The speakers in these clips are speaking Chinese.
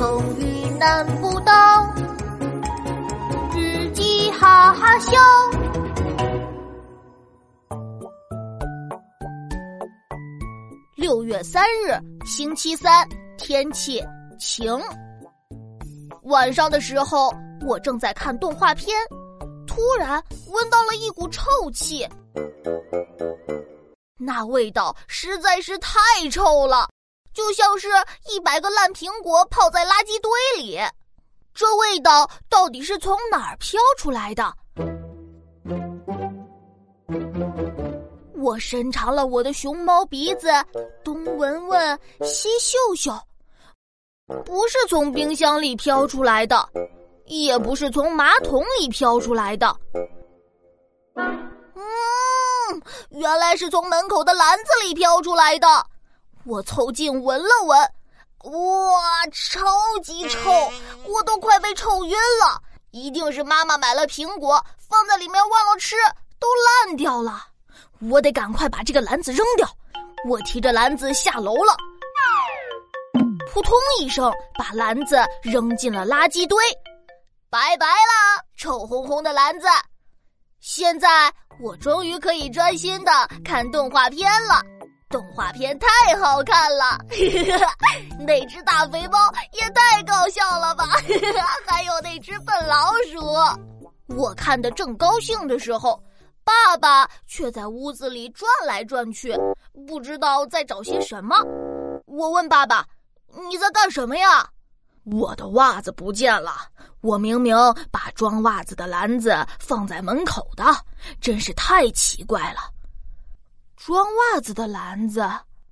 成语难不倒，日记哈哈笑。6月3日，星期三，天气晴。晚上的时候，我正在看动画片，突然闻到了一股臭气。那味道实在是太臭了，就像是100个烂苹果泡在垃圾堆里。这味道到底是从哪儿飘出来的？我伸长了我的熊猫鼻子，东闻闻，西嗅嗅，不是从冰箱里飘出来的，也不是从马桶里飘出来的。原来是从门口的篮子里飘出来的。我凑近闻了闻，哇，超级臭，我都快被臭晕了。一定是妈妈买了苹果放在里面忘了吃，都烂掉了。我得赶快把这个篮子扔掉。我提着篮子下楼了，扑通一声把篮子扔进了垃圾堆。拜拜啦，臭烘烘的篮子。现在我终于可以专心的看动画片了，动画片太好看了，那只大肥猫也太搞笑了吧，还有那只笨老鼠。我看得正高兴的时候，爸爸却在屋子里转来转去，不知道在找些什么。我问爸爸，你在干什么呀？我的袜子不见了，我明明把装袜子的篮子放在门口的，真是太奇怪了。装袜子的篮子，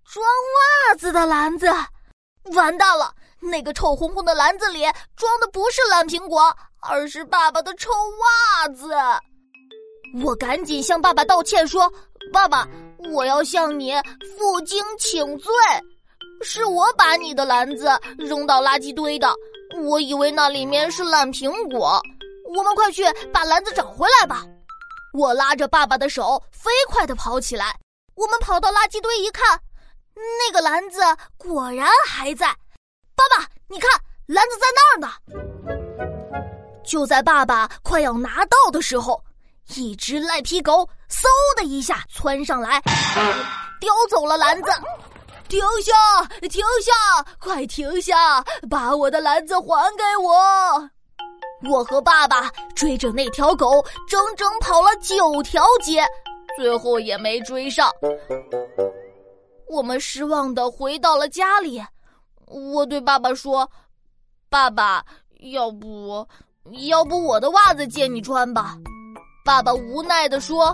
完蛋了，那个臭烘烘的篮子里装的不是烂苹果，而是爸爸的臭袜子。我赶紧向爸爸道歉说，爸爸，我要向你负荆请罪，是我把你的篮子扔到垃圾堆的，我以为那里面是烂苹果，我们快去把篮子找回来吧。我拉着爸爸的手飞快地跑起来，我们跑到垃圾堆一看，那个篮子果然还在。爸爸，你看，篮子在那儿呢。就在爸爸快要拿到的时候，一只赖皮狗嗖的一下窜上来，叼走了篮子。停下，快停下，把我的篮子还给我。我和爸爸追着那条狗整整跑了9条街，最后也没追上。我们失望地回到了家里。我对爸爸说，爸爸，要不我的袜子借你穿吧。爸爸无奈地说，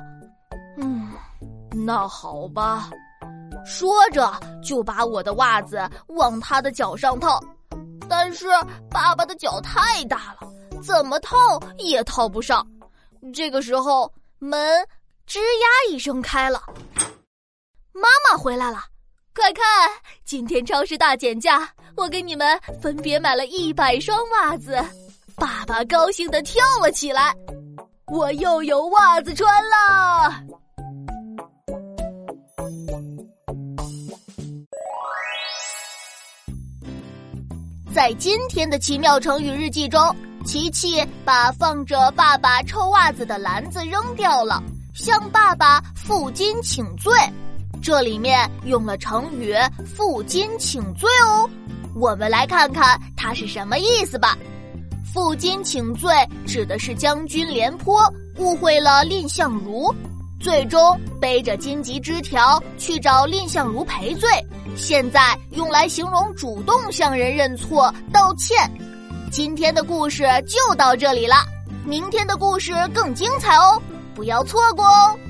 那好吧。说着就把我的袜子往他的脚上套，但是爸爸的脚太大了，怎么套也套不上。这个时候门吱呀一声开了，妈妈回来了，快看，今天超市大减价，我给你们分别买了100双袜子。爸爸高兴地跳了起来，我又有袜子穿了。在今天的奇妙成语日记中，琪琪把放着爸爸臭袜子的篮子扔掉了，向爸爸负荆请罪。这里面用了成语负荆请罪哦，我们来看看它是什么意思吧。负荆请罪指的是将军廉颇误会了蔺相如，最终背着荆棘枝条去找蔺相如赔罪，现在用来形容主动向人认错道歉。今天的故事就到这里了，明天的故事更精彩哦，不要错过哦。